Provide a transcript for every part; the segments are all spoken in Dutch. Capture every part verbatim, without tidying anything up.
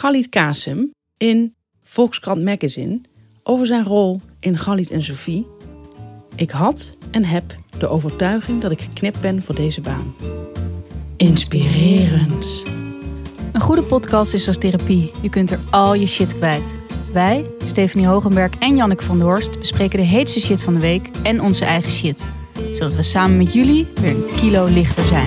Galit Kassem in Volkskrant Magazine over zijn rol in Galit en Sophie. Ik had en heb de overtuiging dat ik geknipt ben voor deze baan. Inspirerend. Een goede podcast is als therapie. Je kunt er al je shit kwijt. Wij, Stephanie Hogenberg en Janneke van der Horst, bespreken de heetste shit van de week en onze eigen shit. Zodat we samen met jullie weer een kilo lichter zijn.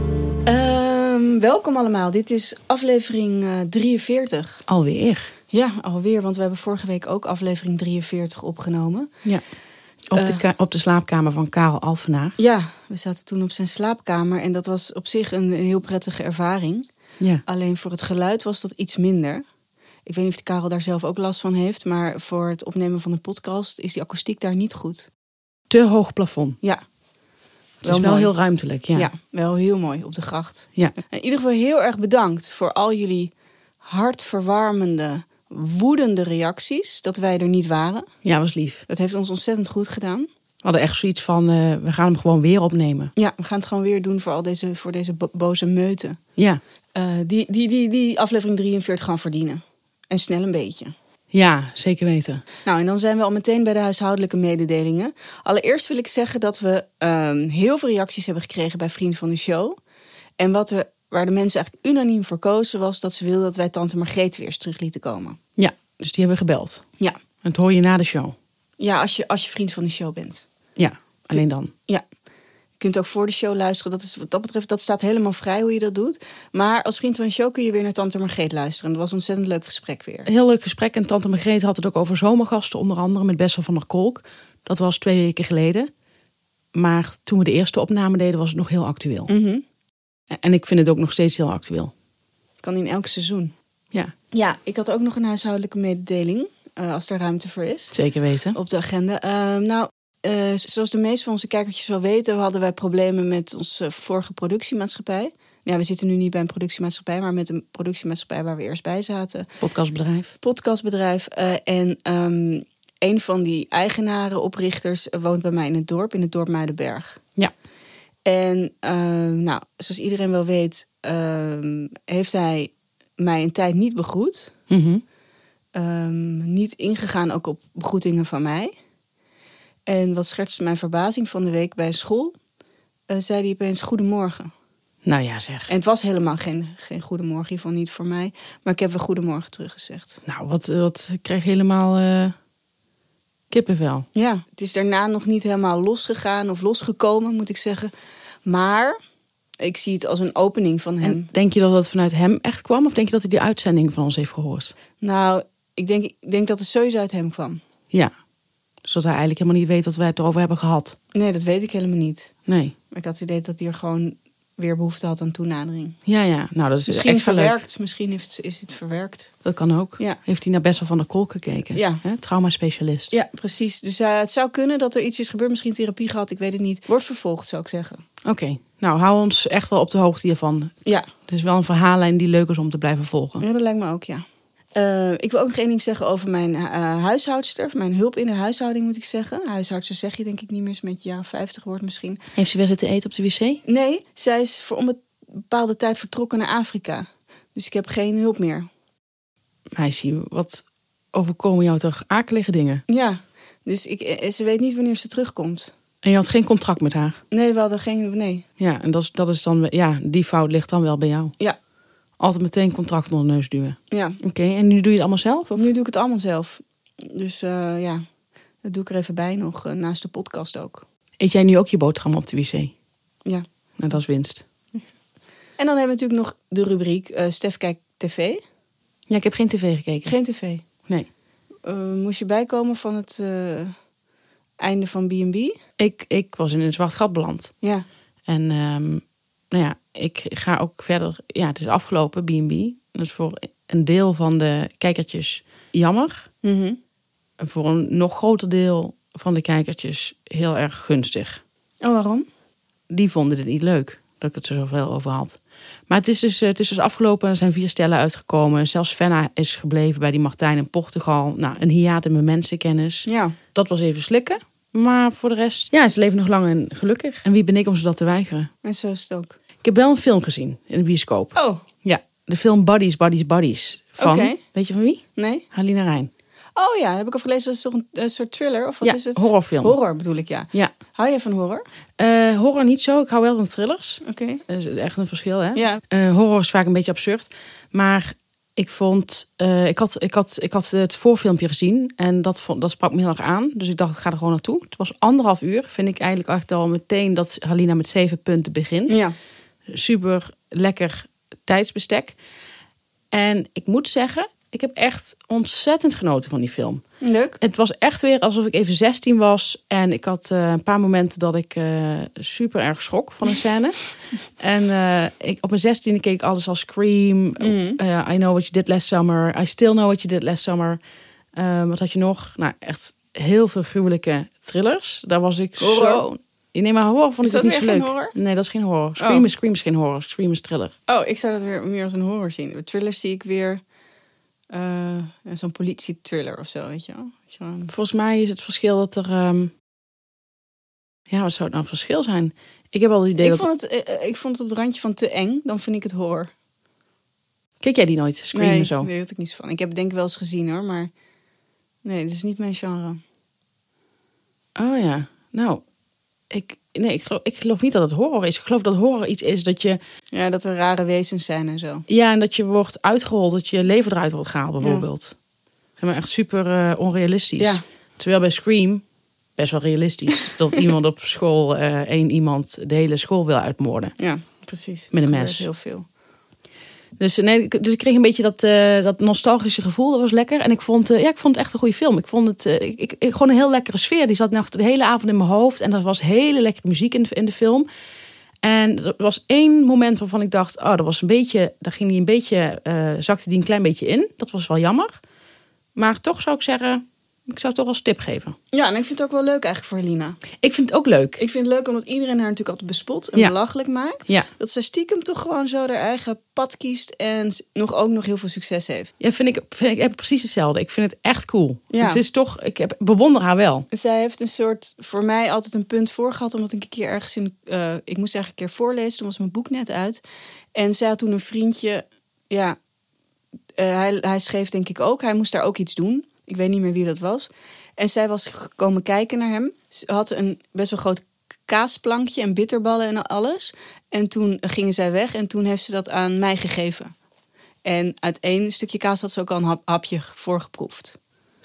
Um, welkom allemaal. Dit is aflevering uh, drieënveertig. Alweer. Ja, alweer, want we hebben vorige week ook aflevering drieënveertig opgenomen. Ja. Op, uh, de ka- op de slaapkamer van Karel Alphenaar. Ja, we zaten toen op zijn slaapkamer en dat was op zich een heel prettige ervaring. Ja. Alleen voor het geluid was dat iets minder. Ik weet niet of Karel daar zelf ook last van heeft, maar voor het opnemen van de podcast is die akoestiek daar niet goed. Te hoog plafond. Ja. Het is wel mooi. Heel ruimtelijk, ja. Ja, wel heel mooi op de gracht. Ja. In ieder geval heel erg bedankt voor al jullie hartverwarmende, woedende reacties. Dat wij er niet waren. Ja, was lief. Dat heeft ons ontzettend goed gedaan. We hadden echt zoiets van, uh, we gaan hem gewoon weer opnemen. Ja, we gaan het gewoon weer doen voor al deze, voor deze bo- boze meuten. Ja. Uh, die, die, die, die aflevering drieënveertig gaan verdienen. En snel een beetje. Ja, zeker weten. Nou, en dan zijn we al meteen bij de huishoudelijke mededelingen. Allereerst wil ik zeggen dat we um, heel veel reacties hebben gekregen bij Vriend van de Show. En wat er, waar de mensen eigenlijk unaniem voor kozen was dat ze wilden dat wij Tante Margreet weer eens terug lieten komen. Ja, dus die hebben gebeld. Ja. En dat hoor je na de show. Ja, als je, als je vriend van de show bent. Ja, alleen dan. Ja. Je kunt ook voor de show luisteren. Dat is, wat dat betreft, dat staat helemaal vrij hoe je dat doet. Maar als vriend van de show kun je weer naar Tante Margreet luisteren. Dat was een ontzettend leuk gesprek weer. Een heel leuk gesprek. En Tante Margreet had het ook over zomergasten. Onder andere met Bessel van der Kolk. Dat was twee weken geleden. Maar toen we de eerste opname deden was het nog heel actueel. Mm-hmm. En ik vind het ook nog steeds heel actueel. Het kan in elk seizoen. Ja. Ja, ik had ook nog een huishoudelijke mededeling. Uh, als er ruimte voor is. Zeker weten. Op de agenda. Uh, nou... Uh, zoals de meeste van onze kijkertjes wel weten, hadden wij problemen met onze vorige productiemaatschappij. Ja, we zitten nu niet bij een productiemaatschappij, maar met een productiemaatschappij waar we eerst bij zaten. Podcastbedrijf. Podcastbedrijf. Uh, en um, een van die eigenaren, oprichters, woont bij mij in het dorp, in het dorp Muidenberg. Ja. En uh, nou, zoals iedereen wel weet, uh, heeft hij mij een tijd niet begroet. Mm-hmm. Um, niet ingegaan ook op begroetingen van mij. En wat schertste mijn verbazing van de week bij school, uh, zei hij opeens goedemorgen. Nou ja, zeg. En het was helemaal geen, geen goedemorgen, in ieder geval niet voor mij. Maar ik heb wel goedemorgen teruggezegd. Nou, wat, wat ik kreeg helemaal uh, kippenvel. Ja, het is daarna nog niet helemaal losgegaan of losgekomen, moet ik zeggen. Maar ik zie het als een opening van hem. En denk je dat dat vanuit hem echt kwam? Of denk je dat hij die uitzending van ons heeft gehoord? Nou, ik denk, ik denk dat het sowieso uit hem kwam. Ja. Dus dat hij eigenlijk helemaal niet weet dat wij het erover hebben gehad. Nee, dat weet ik helemaal niet. Nee. Maar ik had het idee dat hij er gewoon weer behoefte had aan toenadering. Ja, ja. Nou, dat is misschien extra verwerkt. leuk. Misschien heeft, is het verwerkt. Dat kan ook. Ja. Heeft hij naar Bessel van der Kolk gekeken? Ja. Hè? Traumaspecialist. Ja, precies. Dus uh, het zou kunnen dat er iets is gebeurd. Misschien therapie gehad, ik weet het niet. Wordt vervolgd, zou ik zeggen. Oké. Okay. Nou, hou ons echt wel op de hoogte hiervan. Ja. Het is wel een verhaallijn die leuk is om te blijven volgen. Ja, dat lijkt me ook, ja. Uh, ik wil ook nog één ding zeggen over mijn uh, huishoudster. Mijn hulp in de huishouding, moet ik zeggen. Huishoudster zeg je denk ik niet meer, is met je jaren vijftig wordt misschien. Heeft ze weer zitten eten op de wc? Nee, zij is voor een bepaalde tijd vertrokken naar Afrika. Dus ik heb geen hulp meer. Meisje, wat overkomen jou toch akelige dingen? Ja, dus ik, ze weet niet wanneer ze terugkomt. En je had geen contract met haar? Nee, we hadden geen, nee. Ja, en dat is, dat is dan, ja, die fout ligt dan wel bij jou. Ja. Altijd meteen contract onder de neus duwen. Ja. Oké, okay, en nu doe je het allemaal zelf? Of? Nu doe ik het allemaal zelf. Dus uh, ja, dat doe ik er even bij nog, uh, naast de podcast ook. Eet jij nu ook je boterham op de wc? Ja. Nou, dat is winst. En dan hebben we natuurlijk nog de rubriek uh, Stef kijkt tv. Ja, ik heb geen tv gekeken. Geen tv? Nee. Uh, moest je bijkomen van het uh, einde van B en B? Ik, ik was in een zwart gat beland. Ja. En um, nou ja, ik ga ook verder. Ja, het is afgelopen, B en B. Dat is voor een deel van de kijkertjes jammer. Mm-hmm. En voor een nog groter deel van de kijkertjes heel erg gunstig. Oh, waarom? Die vonden het niet leuk dat ik het er zoveel over had. Maar het is dus, het is dus afgelopen. Er zijn vier stellen uitgekomen. Zelfs Fenna is gebleven bij die Martijn in Portugal. Nou, een hiaat in mijn mensenkennis. Ja. Dat was even slikken. Maar voor de rest, ja, ze leven nog lang en gelukkig. En wie ben ik om ze dat te weigeren? En zo is het ook. Ik heb wel een film gezien in de bioscoop. Oh. Ja, de film Buddies, Buddies, Buddies Van, Oké. weet je van wie? Nee? Halina Reijn. Oh ja, heb ik al gelezen. Dat is toch een, een soort thriller? Of wat Ja, is het? horrorfilm. Horror bedoel ik, ja. Ja. Hou je van horror? Uh, horror niet zo. Ik hou wel van thrillers. Oké. Dat is echt een verschil, hè? Ja. Uh, horror is vaak een beetje absurd. Maar ik vond... Uh, ik, had, ik, had, ik had het voorfilmpje gezien. En dat, vond, dat sprak me heel erg aan. Dus ik dacht, ik ga er gewoon naartoe. Het was anderhalf uur. Vind ik eigenlijk echt al meteen dat Halina met zeven punten begint. Ja. Super lekker tijdsbestek. En ik moet zeggen... Ik heb echt ontzettend genoten van die film. Leuk. Het was echt weer alsof ik even zestien was. En ik had uh, een paar momenten dat ik uh, super erg schrok van een scène. en uh, ik, op mijn zestiende keek ik alles als Scream. Mm. Uh, I Know What You Did Last Summer. I Still Know What You Did Last Summer. Uh, wat had je nog? Nou, echt heel veel gruwelijke thrillers. Daar was ik horror. zo... Nee, maar horror vond ik dus niet zo leuk. Horror? Nee, dat is geen horror. Scream, oh. is, Scream is geen horror. Scream is thriller. Oh, ik zou dat weer meer als een horror zien. Thrillers zie ik weer... Uh, zo'n politie-thriller of zo, weet je wel? Weet je wel? Volgens mij is het verschil dat er... Um... Ja, wat zou het nou een verschil zijn? Ik heb al het idee ik dat... Vond het, uh, ik vond het op het randje van te eng. Dan vind ik het horror. Kijk jij die nooit? Scream nee, en zo? Nee, dat ik niet zo van. Ik heb het denk ik wel eens gezien hoor, maar... Nee, dat is niet mijn genre. Oh ja, nou... Ik, nee, ik geloof, ik geloof niet dat het horror is. Ik geloof dat horror iets is dat je... Ja, dat er rare wezens zijn en zo. Ja, en dat je wordt uitgehold, dat je leven eruit wordt gehaald bijvoorbeeld. Ja. Zeg maar echt super uh, onrealistisch. Ja. Terwijl bij Scream best wel realistisch. dat iemand op school, uh, één iemand de hele school wil uitmoorden. Ja, precies. Met een mes. Heel veel. Dus, nee, dus ik kreeg een beetje dat, uh, dat nostalgische gevoel. Dat was lekker. En ik vond, uh, ja, ik vond het echt een goede film. Ik vond het uh, ik, ik, ik, gewoon een heel lekkere sfeer. Die zat nog de hele avond in mijn hoofd. En er was hele lekkere muziek in de, in de film. En er was één moment waarvan ik dacht... Oh, dat was een beetje... Daar ging die een beetje... Uh, zakte die een klein beetje in. Dat was wel jammer. Maar toch zou ik zeggen... Ik zou het toch als tip geven. Ja, en ik vind het ook wel leuk eigenlijk voor Helena. Ik vind het ook leuk. Ik vind het leuk omdat iedereen haar natuurlijk altijd bespot en ja. belachelijk maakt. Ja. Dat ze stiekem toch gewoon zo haar eigen pad kiest en nog ook nog heel veel succes heeft. Ja, vind ik, vind ik heb precies hetzelfde. Ik vind het echt cool. Ja. Dus het is toch, ik heb, bewonder haar wel. Zij heeft een soort, voor mij altijd een punt voor gehad, omdat ik een keer ergens in, uh, ik moest eigenlijk een keer voorlezen, toen was mijn boek net uit. En zij had toen een vriendje, ja, uh, hij, hij schreef denk ik ook, hij moest daar ook iets doen. Ik weet niet meer wie dat was. En zij was komen kijken naar hem. Ze had een best wel groot kaasplankje en bitterballen en alles. En toen gingen zij weg en toen heeft ze dat aan mij gegeven. En uit één stukje kaas had ze ook al een hapje voorgeproefd.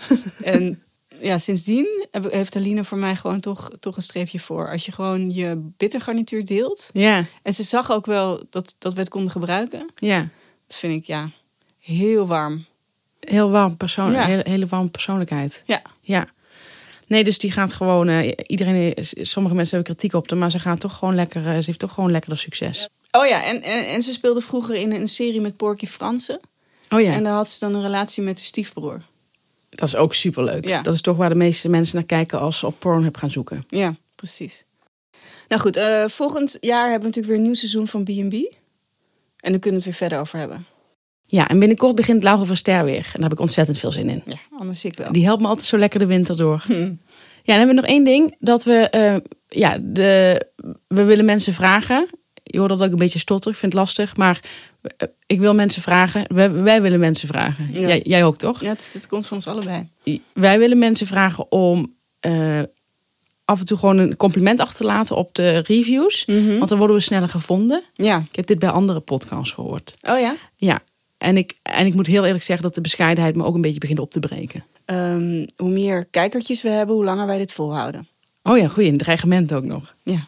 En ja, sindsdien heeft Aline voor mij gewoon toch, toch een streepje voor. Als je gewoon je bittergarnituur deelt. Ja. En ze zag ook wel dat, dat we het konden gebruiken. Ja. Dat vind ik ja heel warm. Heel warm persoon, ja. hele, hele warme persoonlijkheid. Ja. Ja. Nee, dus die gaat gewoon... Uh, iedereen, sommige mensen hebben kritiek op haar, maar ze gaat toch gewoon lekker... Uh, ze heeft toch gewoon lekker de succes. Oh ja, en, en, en ze speelde vroeger in een serie met Porky Fransen. Oh ja. En daar had ze dan een relatie met de stiefbroer. Dat is ook superleuk. Ja. Dat is toch waar de meeste mensen naar kijken als ze op Pornhub gaan zoeken. Ja, precies. Nou goed, uh, volgend jaar hebben we natuurlijk weer een nieuw seizoen van B en B. En dan kunnen we het weer verder over hebben. Ja, en binnenkort begint Laura van Ster weer. En daar heb ik ontzettend veel zin in. Ja, anders ik wel. Die helpt me altijd zo lekker de winter door. Hm. Ja, dan hebben we nog één ding. Dat we, uh, ja, de, we willen mensen vragen. Je hoort dat ook een beetje stotter. Ik vind het lastig. Maar uh, ik wil mensen vragen. Wij, wij willen mensen vragen. Ja. Jij, jij ook, toch? Ja, het, het komt van ons allebei. Wij willen mensen vragen om... Uh, af en toe gewoon een compliment achter te laten op de reviews. Mm-hmm. Want dan worden we sneller gevonden. Ja. Ik heb dit bij andere podcasts gehoord. Oh ja? Ja. En ik, en ik moet heel eerlijk zeggen dat de bescheidenheid me ook een beetje begint op te breken. Um, hoe meer kijkertjes we hebben, hoe langer wij dit volhouden. Oh ja, goeie. Een dreigement ook nog. Ja.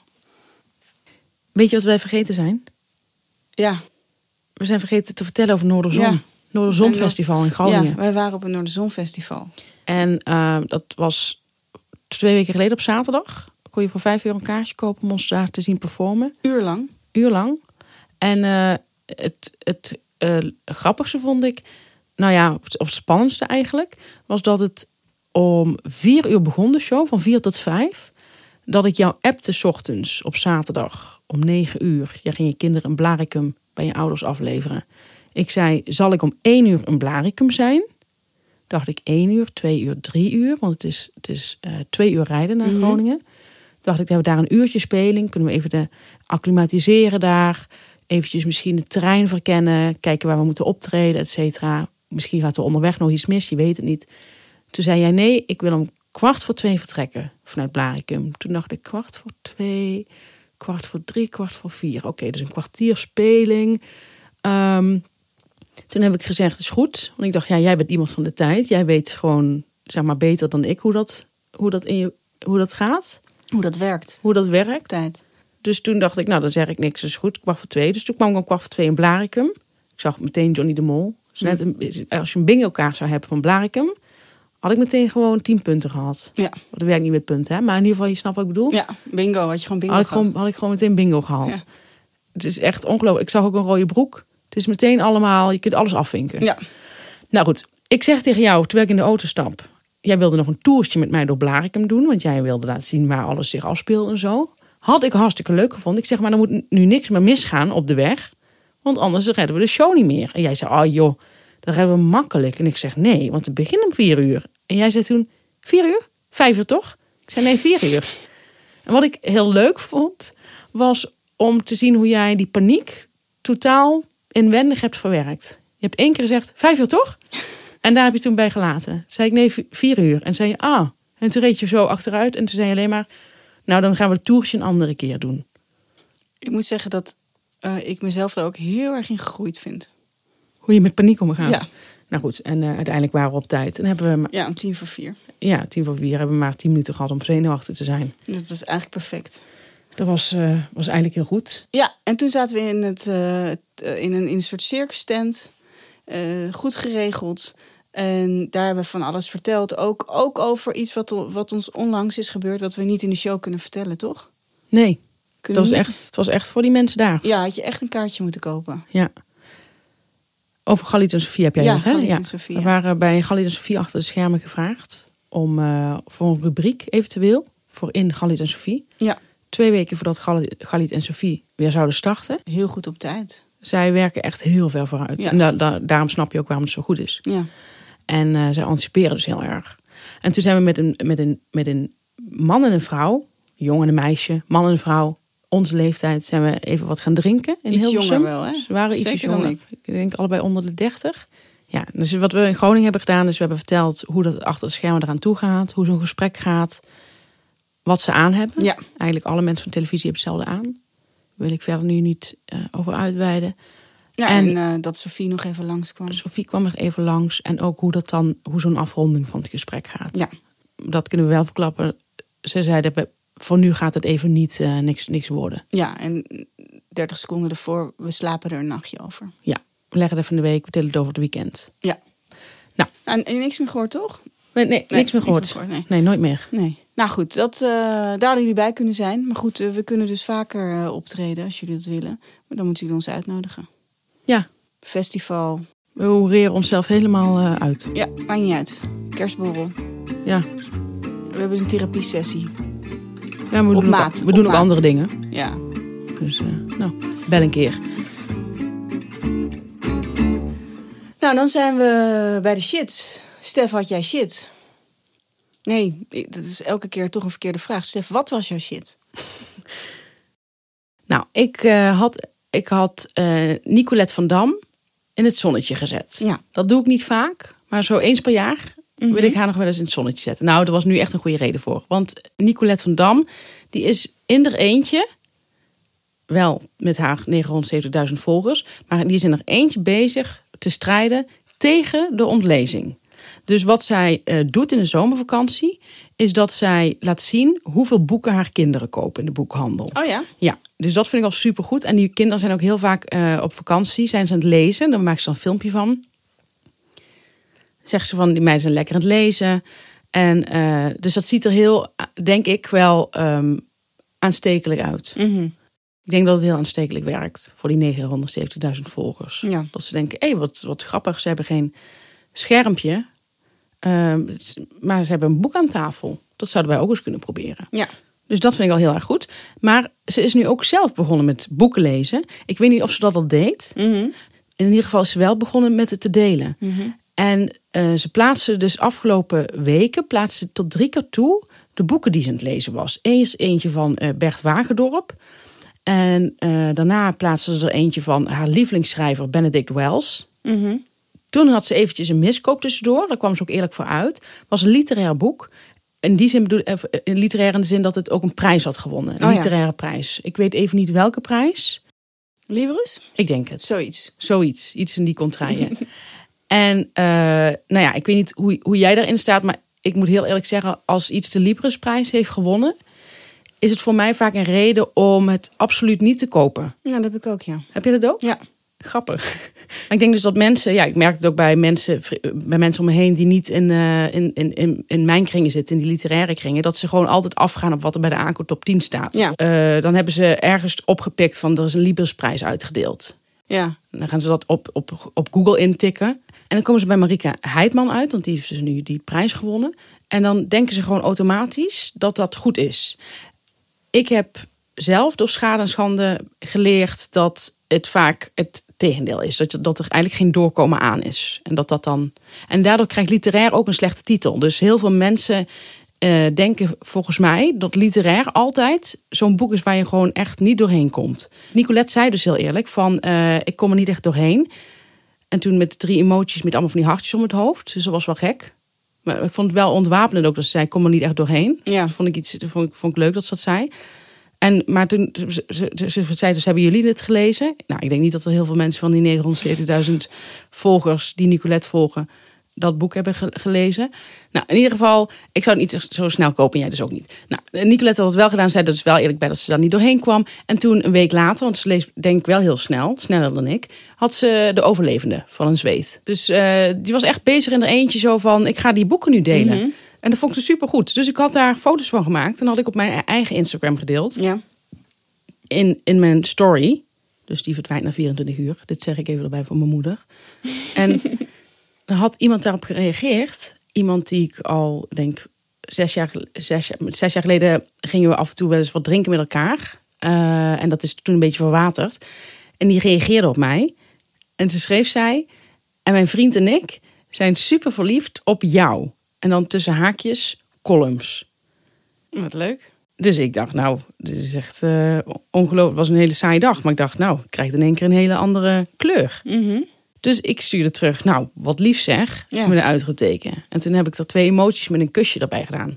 Weet je wat wij vergeten zijn? Ja. We zijn vergeten te vertellen over Noorderzon. Ja. Noorderzonfestival in Groningen. Ja, wij waren op een Noorderzonfestival. En uh, dat was twee weken geleden op zaterdag. Kon je voor vijf euro een kaartje kopen om ons daar te zien performen. Uurlang. Uurlang. En uh, het, het uh, grappigste vond ik... Nou ja, of het spannendste eigenlijk... was dat het om vier uur begon de show. Van vier tot vijf. Dat ik jou appte 's ochtends op zaterdag om negen uur. Jij ging je kinderen een blaricum bij je ouders afleveren. Ik zei, zal ik om één uur een blaricum zijn? Dacht ik één uur, twee uur, drie uur. Want het is, het is uh, twee uur rijden naar mm-hmm. Groningen. Dacht ik, hebben we daar een uurtje speling. Kunnen we even de acclimatiseren daar. Eventjes misschien de terrein verkennen. Kijken waar we moeten optreden, et cetera. misschien gaat er onderweg nog iets mis, je weet het niet. Toen zei jij, nee, ik wil om kwart voor twee vertrekken vanuit Blaricum. Toen dacht ik, kwart voor twee, kwart voor drie, kwart voor vier. Oké, okay, dus een kwartier speling. Um, toen heb ik gezegd, is goed. Want ik dacht, ja, jij bent iemand van de tijd. Jij weet gewoon, zeg maar, beter dan ik hoe dat, hoe dat, in je, hoe dat gaat. Hoe dat werkt. Hoe dat werkt. Tijd. Dus toen dacht ik, nou, dan zeg ik niks, dat is goed. Kwart voor twee. Dus toen kwam ik om kwart voor twee in Blaricum. Ik zag meteen Johnny de Mol. Dus net een, als je een bingo kaart zou hebben van Blaricum, had ik meteen gewoon tien punten gehad. Ja. Dat werkt niet met punten, hè? Maar in ieder geval, je snapt wat ik bedoel. Ja, bingo. Had je gewoon bingo had ik gehad. gewoon, had ik gewoon meteen bingo gehad. Ja. Het is echt ongelooflijk. Ik zag ook een rode broek. Het is meteen allemaal, je kunt alles afvinken. Ja. Nou goed, ik zeg tegen jou, terwijl ik in de auto stap, jij wilde nog een toertje met mij door Blaricum doen, want jij wilde laten zien waar alles zich afspeelt en zo. Had ik hartstikke leuk gevonden. Ik zeg, maar er moet nu niks meer misgaan op de weg, want anders redden we de show niet meer. En jij zei, oh joh, dat redden we makkelijk. En ik zeg, nee, want het begint om vier uur. En jij zei toen, vier uur? Vijf uur toch? Ik zei, nee, vier uur. En wat ik heel leuk vond, was om te zien hoe jij die paniek totaal inwendig hebt verwerkt. Je hebt één keer gezegd, vijf uur toch? En daar heb je toen bij gelaten. Zei ik, nee, vier uur. En zei je, ah. En toen reed je zo achteruit. En toen zei je alleen maar, nou, dan gaan we het toertje een andere keer doen. Ik moet zeggen dat uh, ik mezelf daar ook heel erg in gegroeid vind. Hoe je met paniek omgaat. Ja. Nou goed, en uh, uiteindelijk waren we op tijd. En hebben we maar, ja, om tien voor vier. Ja, tien voor vier hebben we maar tien minuten gehad om zenuwachtig te zijn. Dat is eigenlijk perfect. Dat was, uh, was eigenlijk heel goed. Ja, en toen zaten we in, het, uh, in, een, in een soort circus tent. Uh, goed geregeld. En daar hebben we van alles verteld. Ook, ook over iets wat, wat ons onlangs is gebeurd, wat we niet in de show kunnen vertellen, toch? Nee, kunnen dat was niet... echt, het was echt voor die mensen daar. Ja, had je echt een kaartje moeten kopen. Ja. Over Galit en Sofie heb jij ja, het, hè? Galit Ja, en Sofie. We waren bij Galit en Sofie achter de schermen gevraagd om uh, voor een rubriek eventueel voor in Galit en Sofie. Ja. Twee weken voordat Galit en Sofie weer zouden starten. Heel goed op tijd. Zij werken echt heel ver vooruit. Ja. En da- da- daarom snap je ook waarom het zo goed is. Ja. En uh, zij anticiperen dus heel erg. En toen zijn we met een, met een, met een man en een vrouw, een jongen en een meisje, man en een vrouw, onze leeftijd, zijn we even wat gaan drinken. In iets Hilversum. jonger wel, hè? Ze waren iets Zeker jonger. dan ik. Ik denk allebei onder de dertig. Ja, dus wat we in Groningen hebben gedaan, is we hebben verteld hoe dat achter de schermen eraan toe gaat, hoe zo'n gesprek gaat, wat ze aan hebben. Ja. Eigenlijk alle mensen van televisie hebben hetzelfde aan. Daar wil ik verder nu niet uh, over uitweiden. Ja, en en uh, dat Sofie nog even langskwam. Sofie kwam er even langs. En ook hoe dat dan, hoe zo'n afronding van het gesprek gaat. Ja. Dat kunnen we wel verklappen. Ze zeiden, voor nu gaat het even niet uh, niks, niks worden. Ja, en dertig seconden ervoor, we slapen er een nachtje over. Ja, we leggen het even de week, we tillen het over het weekend. Ja. Nou. En, en niks meer gehoord, toch? Nee, nee, nee niks meer gehoord. Niks meer gehoord, nee. nee, nooit meer. Nee. Nou goed, dat, uh, daar hadden jullie bij kunnen zijn. Maar goed, uh, we kunnen dus vaker uh, optreden als jullie dat willen. Maar dan moeten jullie ons uitnodigen. Ja. Festival. We hoereren onszelf helemaal uh, uit. Ja, maakt niet uit. Kerstborrel. Ja. We hebben een therapiesessie. Ja, we op doen maat. Ook, we op doen maat. ook andere dingen. Ja. Dus, uh, nou, bel een keer. Nou, dan zijn we bij de shit. Stef, had jij shit? Nee, dat is elke keer toch een verkeerde vraag. Stef, wat was jouw shit? Nou, ik uh, had, ik had uh, Nicolette van Dam in het zonnetje gezet. Ja. Dat doe ik niet vaak, maar zo eens per jaar mm-hmm. wil ik haar nog wel eens in het zonnetje zetten. Nou, er was nu echt een goede reden voor. Want Nicolette van Dam, die is in er eentje, wel met haar negenhonderdzeventigduizend volgers, maar die is in er eentje bezig te strijden tegen de ontlezing. Dus wat zij uh, doet in de zomervakantie, is dat zij laat zien hoeveel boeken haar kinderen kopen in de boekhandel. Oh ja? Ja, dus dat vind ik al supergoed. En die kinderen zijn ook heel vaak uh, op vakantie, zijn ze aan het lezen. Dan maakt ze dan een filmpje van. Zegt ze van, die meiden zijn lekker aan het lezen. En uh, dus dat ziet er heel, denk ik, wel um, aanstekelijk uit. Mm-hmm. Ik denk dat het heel aanstekelijk werkt voor die negenhonderdzeventigduizend volgers. Ja. Dat ze denken, hé, hey, wat, wat grappig, ze hebben geen schermpje. Uh, maar ze hebben een boek aan tafel. Dat zouden wij ook eens kunnen proberen. Ja. Dus dat vind ik al heel erg goed. Maar ze is nu ook zelf begonnen met boeken lezen. Ik weet niet of ze dat al deed. Mm-hmm. In ieder geval is ze wel begonnen met het te delen. Mm-hmm. En uh, ze plaatste dus afgelopen weken, plaatste tot drie keer toe de boeken die ze aan het lezen was. Eens eentje van uh, Bert Wagendorp. En uh, daarna plaatste ze er eentje van haar lievelingsschrijver Benedict Wells. Mm-hmm. Toen had ze eventjes een miskoop tussendoor. Daar kwam ze ook eerlijk voor uit. Het was een literair boek. In die zin bedoel ik, literair in de zin dat het ook een prijs had gewonnen. Een oh, literaire ja. prijs. Ik weet even niet welke prijs. Libris? Ik denk het. Zoiets. Zoiets. Iets in die contraien. En uh, nou ja, ik weet niet hoe, hoe jij daarin staat. Maar ik moet heel eerlijk zeggen, als iets de Librisprijs heeft gewonnen, is het voor mij vaak een reden om het absoluut niet te kopen. Ja, dat heb ik ook, ja. Heb je dat ook? Ja. Grappig. Maar ik denk dus dat mensen, ja, ik merk het ook bij mensen, bij mensen om me heen die niet in, uh, in, in, in mijn kringen zitten, in die literaire kringen, dat ze gewoon altijd afgaan op wat er bij de ACO top tien staat. Ja. Uh, dan hebben ze ergens opgepikt van er is een Librisprijs uitgedeeld. Ja. Dan gaan ze dat op, op, op Google intikken. En dan komen ze bij Marika Heidman uit, want die heeft dus nu die prijs gewonnen. En dan denken ze gewoon automatisch dat dat goed is. Ik heb zelf door schade en schande geleerd dat het vaak het tegendeel is. Dat, dat er eigenlijk geen doorkomen aan is. En, dat dat dan... en daardoor krijgt literair ook een slechte titel. Dus heel veel mensen uh, denken volgens mij dat literair altijd zo'n boek is waar je gewoon echt niet doorheen komt. Nicolette zei dus heel eerlijk van uh, ik kom er niet echt doorheen. En toen met drie emoties met allemaal van die hartjes om het hoofd. Dus dat was wel gek. Maar ik vond het wel ontwapenend ook dat ze zei ik kom er niet echt doorheen. Ja. Dat vond ik, iets, vond ik, vond ik leuk dat ze dat zei. En, maar toen ze, ze, ze zei dus, hebben jullie dit gelezen? Nou, ik denk niet dat er heel veel mensen van die negenhonderdzeventigduizend volgers die Nicolette volgen, dat boek hebben ge- gelezen. Nou, in ieder geval, ik zou het niet zo snel kopen en jij dus ook niet. Nou, Nicolette had het wel gedaan, zei er dus wel eerlijk bij dat ze daar niet doorheen kwam. En toen een week later, want ze leest denk ik wel heel snel, sneller dan ik, had ze De Overlevende van een Zweed. Dus uh, die was echt bezig in er eentje zo van, ik ga die boeken nu delen. Mm-hmm. En dat vond ik super goed. Dus ik had daar foto's van gemaakt. En had ik op mijn eigen Instagram gedeeld. Ja. In, in mijn story. Dus die verdwijnt na vierentwintig uur. Dit zeg ik even erbij voor mijn moeder. En dan had iemand daarop gereageerd. Iemand die ik al, denk, zes jaar, zes, zes jaar geleden gingen we af en toe wel eens wat drinken met elkaar. Uh, en dat is toen een beetje verwaterd. En die reageerde op mij. En ze schreef zij. En mijn vriend en ik zijn super verliefd op jou. En dan tussen haakjes columns. Wat leuk. Dus ik dacht, nou, dit is echt uh, ongelooflijk. Het was een hele saaie dag. Maar ik dacht, nou, ik krijg in één keer een hele andere kleur. Mm-hmm. Dus ik stuurde terug, nou, wat lief zeg. Ja. Met een uitroepteken. En toen heb ik er twee emoties met een kusje erbij gedaan.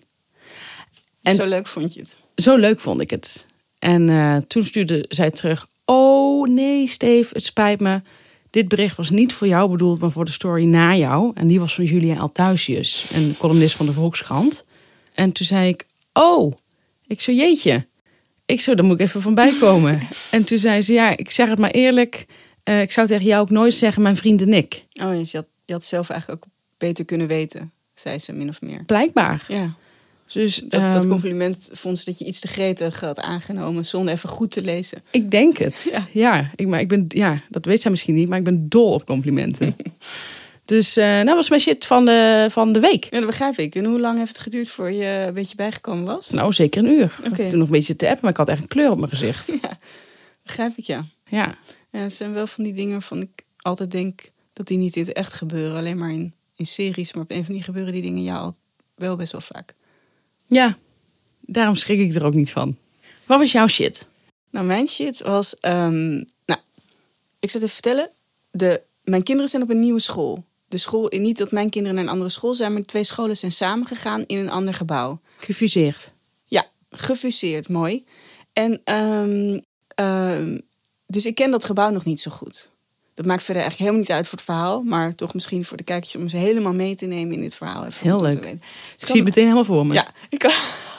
En zo leuk vond je het? Zo leuk vond ik het. En uh, toen stuurde zij terug, oh nee, Steve, het spijt me. Dit bericht was niet voor jou bedoeld, maar voor de story na jou. En die was van Julia Althuisius, een columnist van de Volkskrant. En toen zei ik, oh, ik zo jeetje. Ik zo, daar moet ik even van bij komen. En toen zei ze, ja, ik zeg het maar eerlijk. Uh, ik zou tegen jou ook nooit zeggen, mijn vriend en ik. Oh, dus je had, je had zelf eigenlijk ook beter kunnen weten, zei ze min of meer. Blijkbaar. Ja. Dus, dat, um, dat compliment vond ze dat je iets te gretig had aangenomen zonder even goed te lezen. Ik denk het. Ja, ja, ik, maar ik ben, ja dat weet zij misschien niet, maar ik ben dol op complimenten. Dus uh, nou was mijn shit van de, van de week. Ja, dat begrijp ik. En hoe lang heeft het geduurd voor je een beetje bijgekomen was? Nou, zeker een uur. Okay. Toen nog een beetje te appen, maar ik had echt een kleur op mijn gezicht. Ja, begrijp ik, ja. Ja. Ja, het zijn wel van die dingen waarvan ik altijd denk dat die niet in het echt gebeuren. Alleen maar in, in series. Maar op een van die gebeuren die dingen ja wel best wel vaak. Ja, daarom schrik ik er ook niet van. Wat was jouw shit? Nou, mijn shit was... Um, nou, ik zal het even vertellen. De, mijn kinderen zijn op een nieuwe school. De school, niet dat mijn kinderen naar een andere school zijn... maar de twee scholen zijn samengegaan in een ander gebouw. Gefuseerd. Ja, gefuseerd. Mooi. En um, um, dus ik ken dat gebouw nog niet zo goed. Dat maakt verder eigenlijk helemaal niet uit voor het verhaal... maar toch misschien voor de kijkers om ze helemaal mee te nemen in dit verhaal. Even heel leuk. Dus ik ik zie het meteen helemaal voor me. Ja, ik had...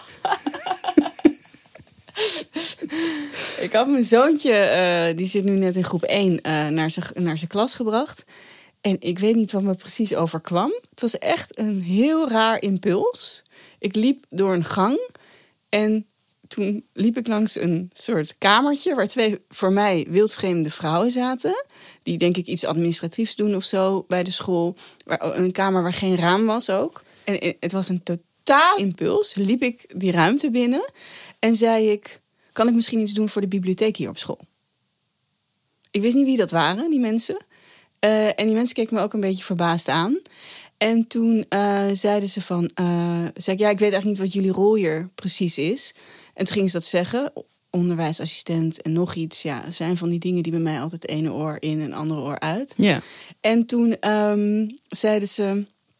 ik had mijn zoontje, uh, die zit nu net in groep één, uh, naar zijn naar zijn klas gebracht. En ik weet niet wat me precies overkwam. Het was echt een heel raar impuls. Ik liep door een gang en toen liep ik langs een soort kamertje... waar twee voor mij wildvreemde vrouwen zaten... die denk ik iets administratiefs doen of zo bij de school. Een kamer waar geen raam was ook. En het was een totaal impuls. Liep ik die ruimte binnen en zei ik... kan ik misschien iets doen voor de bibliotheek hier op school? Ik wist niet wie dat waren, die mensen. Uh, en die mensen keken me ook een beetje verbaasd aan. En toen uh, zeiden ze van... Uh, zei ik, ja, ik weet eigenlijk niet wat jullie rol hier precies is. En toen gingen ze dat zeggen... onderwijsassistent en nog iets. Ja, zijn van die dingen die bij mij altijd ene oor in en andere oor uit. Ja. En toen um, zeiden ze...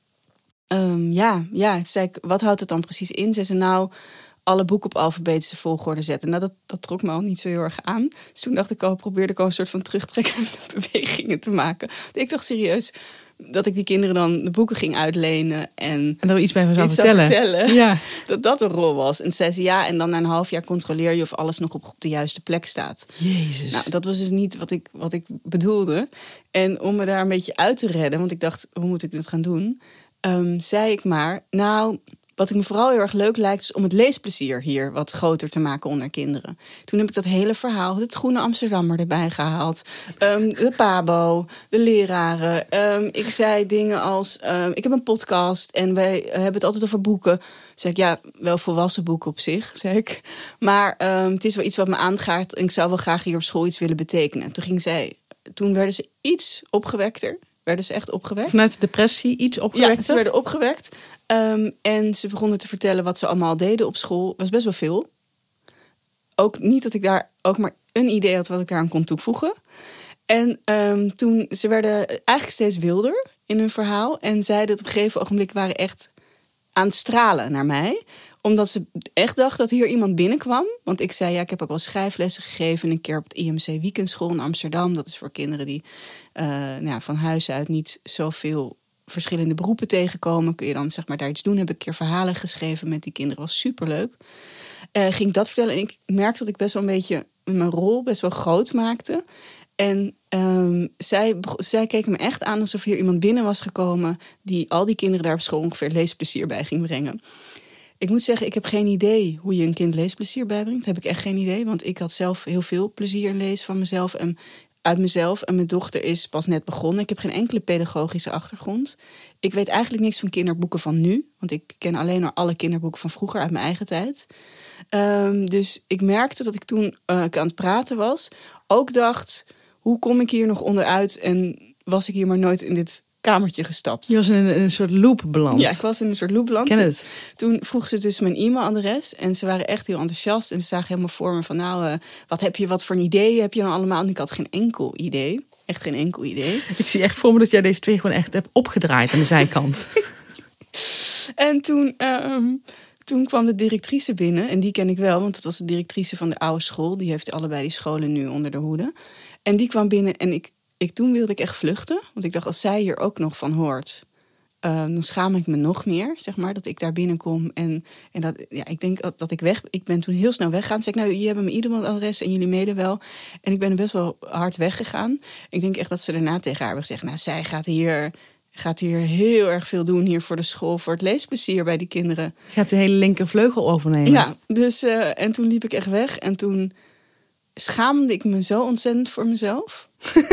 Um, ja, ja, zei ik, wat houdt het dan precies in? Zei ze, nou, alle boeken op alfabetische volgorde zetten. Nou, dat, dat trok me al niet zo heel erg aan. Dus toen dacht ik al, probeerde ik al een soort van terugtrekkende bewegingen te maken. Ik dacht serieus dat ik die kinderen dan de boeken ging uitlenen. En, en daar iets bij me zou iets vertellen. vertellen. Ja. Dat dat een rol was. En zei ze, ja, en dan na een half jaar controleer je of alles nog op, op de juiste plek staat. Jezus. Nou, dat was dus niet wat ik, wat ik bedoelde. En om me daar een beetje uit te redden, want ik dacht, hoe moet ik dit gaan doen? Um, zei ik maar, nou, wat ik me vooral heel erg leuk lijkt, is om het leesplezier hier wat groter te maken onder kinderen. Toen heb ik dat hele verhaal, het Groene Amsterdammer erbij gehaald. Um, de Pabo, de leraren. Um, ik zei dingen als, um, ik heb een podcast en wij hebben het altijd over boeken. Zeg ik, ja, wel volwassen boeken op zich, zei ik. Maar um, het is wel iets wat me aangaat en ik zou wel graag hier op school iets willen betekenen. Toen ging zij, toen werden ze iets opgewekter. Werden ze echt opgewekt. Vanuit de depressie iets opgewekt? Ja, ze werden opgewekt. Um, en ze begonnen te vertellen wat ze allemaal deden op school. Was best wel veel. Ook niet dat ik daar ook maar een idee had wat ik daaraan kon toevoegen. En um, toen, ze werden eigenlijk steeds wilder in hun verhaal. En zeiden dat op een gegeven ogenblik waren echt aan het stralen naar mij. Omdat ze echt dachten dat hier iemand binnenkwam. Want ik zei, ja, ik heb ook wel schrijflessen gegeven. Een keer op het I M C Weekendschool in Amsterdam. Dat is voor kinderen die uh, nou ja, van huis uit niet zoveel verschillende beroepen tegenkomen. Kun je dan zeg maar daar iets doen. Heb ik een keer verhalen geschreven met die kinderen. Was superleuk. Uh, ging ik dat vertellen. En ik merkte dat ik best wel een beetje mijn rol best wel groot maakte. En um, zij, zij keken me echt aan alsof hier iemand binnen was gekomen die al die kinderen daar op school ongeveer leesplezier bij ging brengen. Ik moet zeggen, ik heb geen idee hoe je een kind leesplezier bijbrengt. Heb ik echt geen idee, want ik had zelf heel veel plezier in lezen van mezelf en uit mezelf. En mijn dochter is pas net begonnen. Ik heb geen enkele pedagogische achtergrond. Ik weet eigenlijk niks van kinderboeken van nu, want ik ken alleen maar alle kinderboeken van vroeger uit mijn eigen tijd. Um, dus ik merkte dat ik toen uh, ik aan het praten was, ook dacht, hoe kom ik hier nog onderuit en was ik hier maar nooit in dit kamertje gestapt. Je was in een, in een soort loop beland. Ja, ik was in een soort loop beland. Ken het. Toen vroeg ze dus mijn e-mailadres en ze waren echt heel enthousiast en ze zagen helemaal voor me van, nou, uh, wat heb je, wat voor een idee heb je dan allemaal? En ik had geen enkel idee. Echt geen enkel idee. Ik zie echt voor me dat jij deze twee gewoon echt hebt opgedraaid aan de zijkant. En toen, um, toen kwam de directrice binnen en die ken ik wel, want het was de directrice van de oude school. Die heeft allebei die scholen nu onder de hoede. En die kwam binnen en ik Ik, toen wilde ik echt vluchten. Want ik dacht, als zij hier ook nog van hoort, uh, dan schaam ik me nog meer, zeg maar, dat ik daar binnenkom. En, en dat, ja, ik denk dat, dat ik weg... Ik ben toen heel snel weggegaan. Zeg ik, nou, jullie hebben mijn e-mailadres en jullie mailen wel. En ik ben er best wel hard weggegaan. Ik denk echt dat ze daarna tegen haar hebben gezegd, nou, zij gaat hier, gaat hier heel erg veel doen hier voor de school, voor het leesplezier bij die kinderen. Je gaat de hele linkervleugel overnemen. Ja, dus, uh, en toen liep ik echt weg. En toen schaamde ik me zo ontzettend voor mezelf.